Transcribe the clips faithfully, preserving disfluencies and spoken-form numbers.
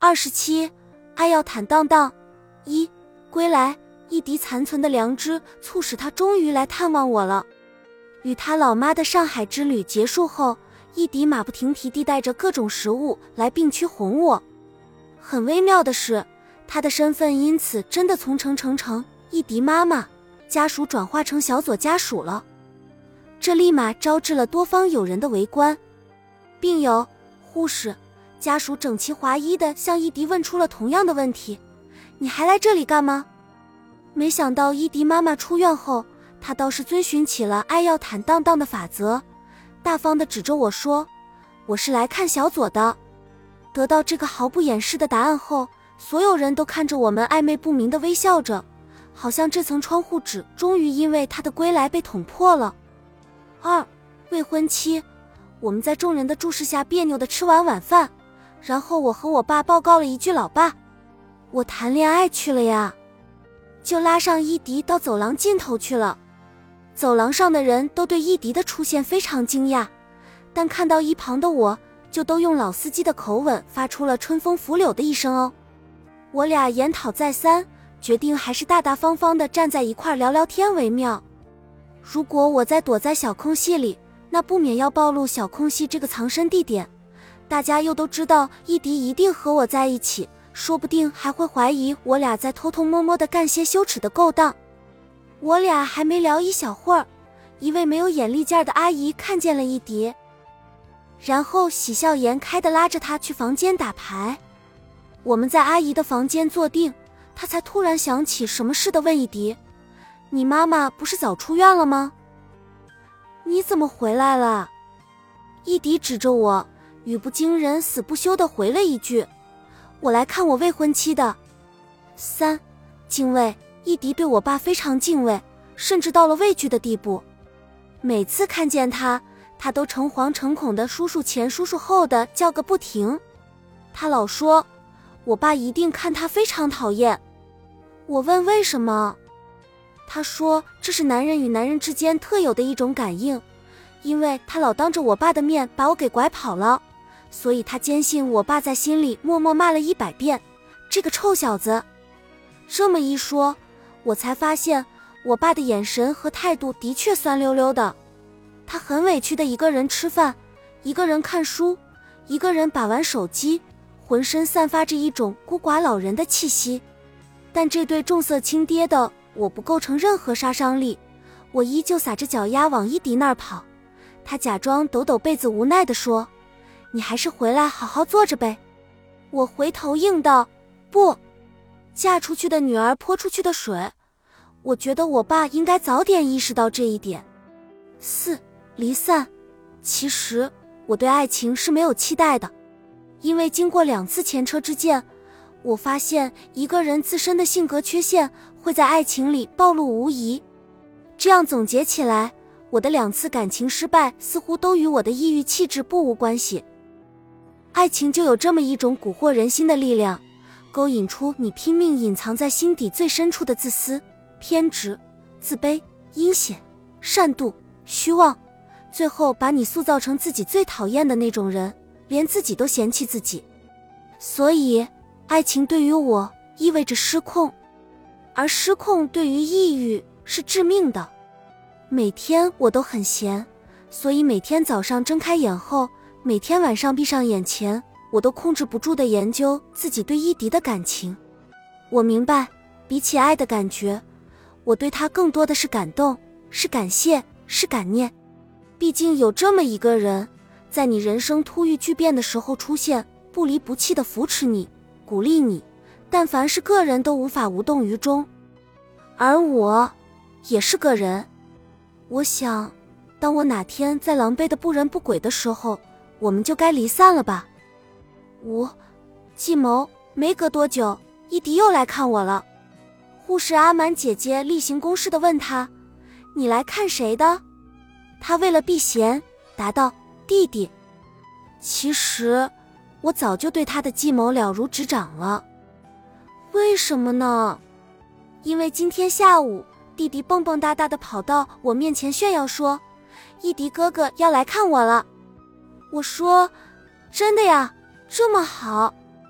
二十七，爱要坦荡荡。一，归来，一迪残存的良知促使他终于来探望我了。与他老妈的上海之旅结束后，一迪马不停蹄地带着各种食物来病区哄我。很微妙的是，他的身份因此真的从程程程一迪妈妈家属转化成小左家属了，这立马招致了多方友人的围观。病友、护士、家属整齐划一地向一迪问出了同样的问题：你还来这里干嘛？没想到一迪妈妈出院后，她倒是遵循起了爱要坦荡荡的法则，大方地指着我说：我是来看小左的。得到这个毫不掩饰的答案后，所有人都看着我们暧昧不明地微笑着，好像这层窗户纸终于因为他的归来被捅破了。二，未婚妻。我们在众人的注视下别扭地吃完晚饭，然后我和我爸报告了一句：老爸，我谈恋爱去了呀。就拉上一迪到走廊尽头去了。走廊上的人都对一迪的出现非常惊讶，但看到一旁的我，就都用老司机的口吻发出了春风拂柳的一声哦。我俩研讨再三，决定还是大大方方地站在一块聊聊天为妙。如果我再躲在小空隙里，那不免要暴露小空隙这个藏身地点，大家又都知道一迪一定和我在一起，说不定还会怀疑我俩在偷偷摸摸地干些羞耻的勾当。我俩还没聊一小会儿，一位没有眼力劲的阿姨看见了一迪，然后喜笑颜开地拉着他去房间打牌。我们在阿姨的房间坐定，她才突然想起什么似的问一迪：你妈妈不是早出院了吗？你怎么回来了？一迪指着我，语不惊人死不休地回了一句：我来看我未婚妻的。三，敬畏。一迪对我爸非常敬畏，甚至到了畏惧的地步。每次看见他，他都诚惶诚恐的叔叔前叔叔后的叫个不停。他老说我爸一定看他非常讨厌。我问为什么，他说这是男人与男人之间特有的一种感应，因为他老当着我爸的面把我给拐跑了，所以他坚信我爸在心里默默骂了一百遍：这个臭小子。这么一说，我才发现我爸的眼神和态度的确酸溜溜的。他很委屈的一个人吃饭，一个人看书，一个人把玩手机，浑身散发着一种孤寡老人的气息。但这对重色轻爹的我不构成任何杀伤力，我依旧撒着脚丫往一迪那儿跑。他假装抖抖被子无奈地说：你还是回来好好坐着呗。我回头应道：不，嫁出去的女儿泼出去的水，我觉得我爸应该早点意识到这一点。四，离散。其实我对爱情是没有期待的，因为经过两次前车之鉴，我发现一个人自身的性格缺陷会在爱情里暴露无遗。这样总结起来，我的两次感情失败似乎都与我的抑郁气质不无关系。爱情就有这么一种蛊惑人心的力量，勾引出你拼命隐藏在心底最深处的自私、偏执、自卑、阴险、善妒、虚妄，最后把你塑造成自己最讨厌的那种人，连自己都嫌弃自己。所以爱情对于我意味着失控，而失控对于抑郁是致命的。每天我都很闲，所以每天早上睁开眼后，每天晚上闭上眼前，我都控制不住地研究自己对一迪的感情。我明白，比起爱的感觉，我对他更多的是感动，是感谢，是感念。毕竟有这么一个人，在你人生突遇巨变的时候出现，不离不弃地扶持你，鼓励你，但凡是个人都无法无动于衷。而我也是个人，我想当我哪天在狼狈的不人不鬼的时候，我们就该离散了吧。五，计谋。没隔多久，一迪又来看我了。护士阿满姐姐例行公事地问他：你来看谁的？他为了避嫌答道：弟弟。其实我早就对他的计谋了如指掌了。为什么呢？因为今天下午弟弟蹦蹦哒哒地跑到我面前炫耀说：一迪哥哥要来看我了。我说：真的呀，这么好。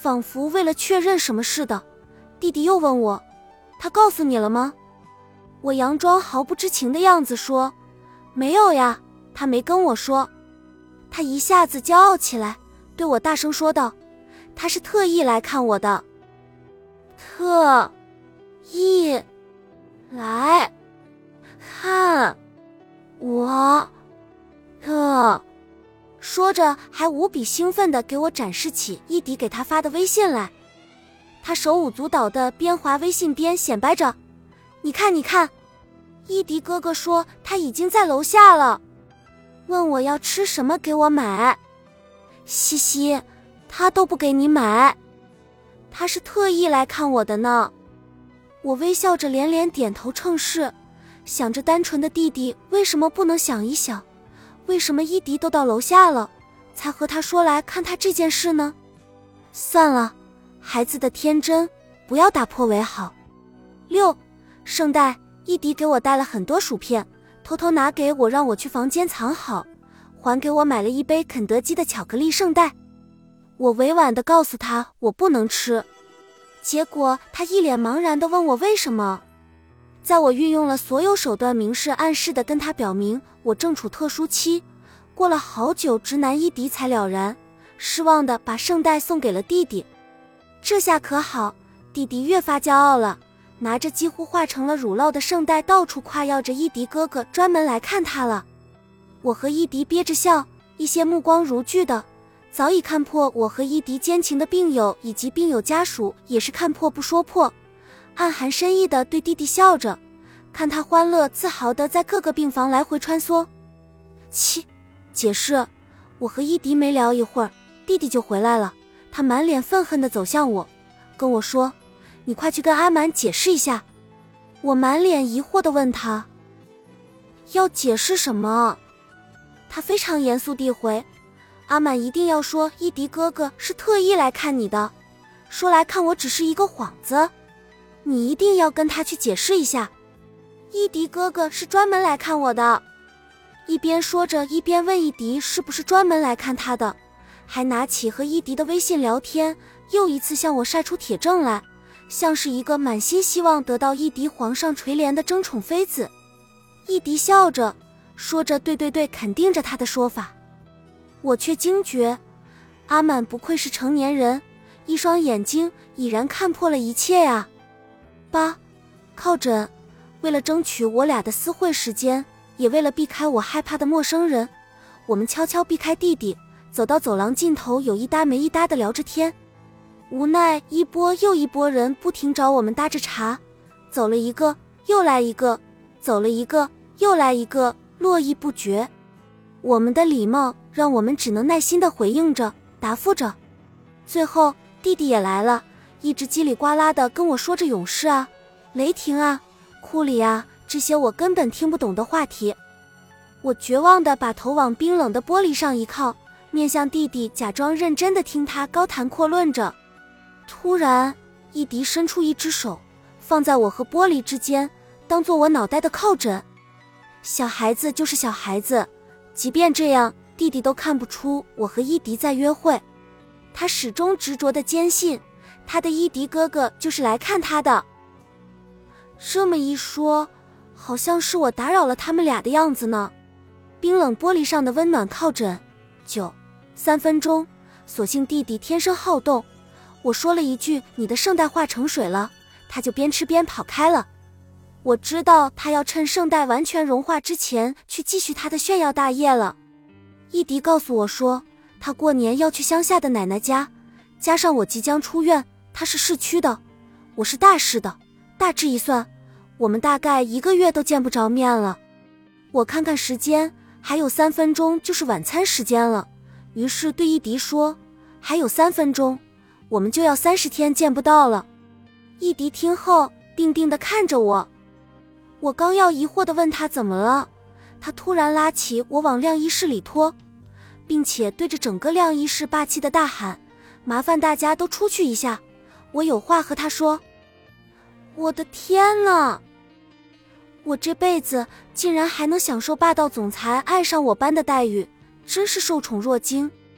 仿佛为了确认什么似的，弟弟又问我，他告诉你了吗？我佯装毫不知情的样子说，没有呀，他没跟我说。他一下子骄傲起来，对我大声说道，他是特意来看我的。特意来看我特说着还无比兴奋地给我展示起伊迪给他发的微信来。他手舞足蹈地边滑微信边显摆着，你看你看，伊迪哥哥说他已经在楼下了，问我要吃什么给我买。西西，他都不给你买，他是特意来看我的呢。我微笑着连连点头称是，想着单纯的弟弟为什么不能想一想，为什么伊迪都到楼下了才和他说来看他这件事呢？算了，孩子的天真，不要打破为好。六，圣代，伊迪给我带了很多薯片，偷偷拿给我让我去房间藏好，还给我买了一杯肯德基的巧克力圣代。我委婉地告诉他我不能吃，结果他一脸茫然地问我为什么。在我运用了所有手段明示暗示地跟他表明我正处特殊期，过了好久直男伊迪才了然，失望地把圣代送给了弟弟。这下可好，弟弟越发骄傲了，拿着几乎化成了乳酪的圣代到处夸耀着伊迪哥哥专门来看他了。我和伊迪憋着笑，一些目光如炬的早已看破我和伊迪奸情的病友以及病友家属也是看破不说破，暗含深意地对弟弟笑着，看他欢乐自豪地在各个病房来回穿梭。七，解释，我和伊迪没聊一会儿，弟弟就回来了，他满脸愤恨地走向我，跟我说，你快去跟阿满解释一下。我满脸疑惑地问他，要解释什么？他非常严肃地回，阿满一定要说伊迪哥哥是特意来看你的，说来看我只是一个幌子，你一定要跟他去解释一下，伊迪哥哥是专门来看我的。一边说着一边问伊迪是不是专门来看他的，还拿起和伊迪的微信聊天，又一次向我晒出铁证来，像是一个满心希望得到伊迪皇上垂怜的争宠妃子。伊迪笑着说着对对对肯定着他的说法，我却惊觉，阿满不愧是成年人，一双眼睛已然看破了一切呀。八，靠枕，为了争取我俩的私会时间，也为了避开我害怕的陌生人，我们悄悄避开弟弟，走到走廊尽头，有一搭没一搭地聊着天。无奈一波又一波人不停找我们搭着茬，走了一个又来一个，走了一个又来一个，络绎不绝。我们的礼貌让我们只能耐心地回应着答复着。最后弟弟也来了，一直叽里呱啦地跟我说着勇士啊、雷霆啊、库里啊这些我根本听不懂的话题。我绝望地把头往冰冷的玻璃上一靠，面向弟弟假装认真地听他高谈阔论着。突然伊迪伸出一只手放在我和玻璃之间，当做我脑袋的靠枕。小孩子就是小孩子，即便这样弟弟都看不出我和伊迪在约会。他始终执着地坚信他的伊迪哥哥就是来看他的。这么一说，好像是我打扰了他们俩的样子呢。冰冷玻璃上的温暖靠枕，九三分钟，所幸弟弟天生好动，我说了一句你的圣代化成水了，他就边吃边跑开了。我知道他要趁圣代完全融化之前去继续他的炫耀大业了。伊迪告诉我说他过年要去乡下的奶奶家，加上我即将出院，他是市区的，我是大市的，大致一算我们大概一个月都见不着面了。我看看时间，还有三分钟就是晚餐时间了，于是对伊迪说，还有三分钟我们就要三十天见不到了。伊迪听后定定地看着我，我刚要疑惑地问他怎么了，他突然拉起我往晾衣室里拖，并且对着整个晾衣室霸气地大喊，麻烦大家都出去一下，我有话和他说。我的天哪，我这辈子竟然还能享受霸道总裁爱上我般的待遇，真是受宠若惊。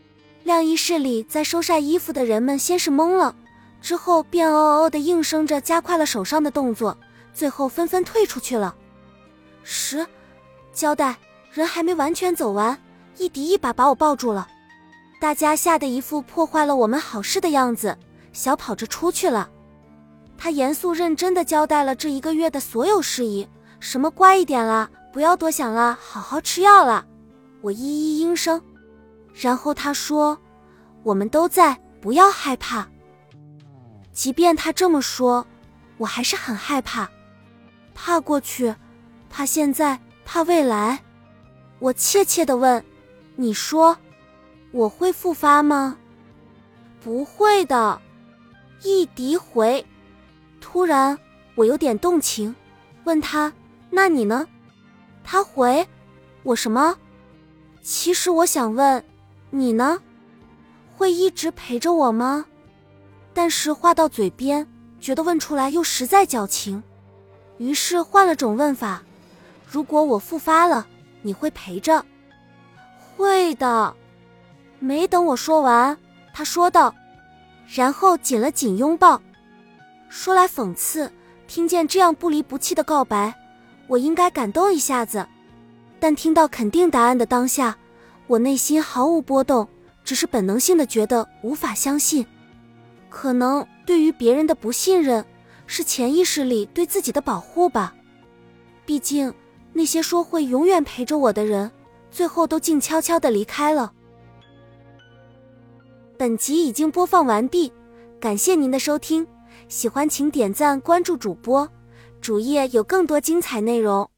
晾衣室里在收晒衣服的人们先是懵了，之后便哦哦地应声着加快了手上的动作，最后纷纷退出去了。十，交代，人还没完全走完，一迪一把把我抱住了。大家吓得一副破坏了我们好事的样子，小跑着出去了。他严肃认真地交代了这一个月的所有事宜，什么乖一点啦，不要多想啦，好好吃药啦。我一一应声。然后他说，我们都在，不要害怕。即便他这么说，我还是很害怕。怕过去，怕现在，怕未来。我怯怯地问，你说我会复发吗？不会的，一迪回。突然我有点动情，问他，那你呢？他回，我什么？其实我想问，你呢？会一直陪着我吗？但是话到嘴边，觉得问出来又实在矫情，于是换了种问法，如果我复发了，你会陪着？会的。没等我说完，他说道，然后紧了紧拥抱。说来讽刺，听见这样不离不弃的告白，我应该感动一下子，但听到肯定答案的当下，我内心毫无波动，只是本能性的觉得无法相信。可能对于别人的不信任，是潜意识里对自己的保护吧。毕竟那些说会永远陪着我的人，最后都静悄悄地离开了。本集已经播放完毕，感谢您的收听，喜欢请点赞关注主播，主页有更多精彩内容。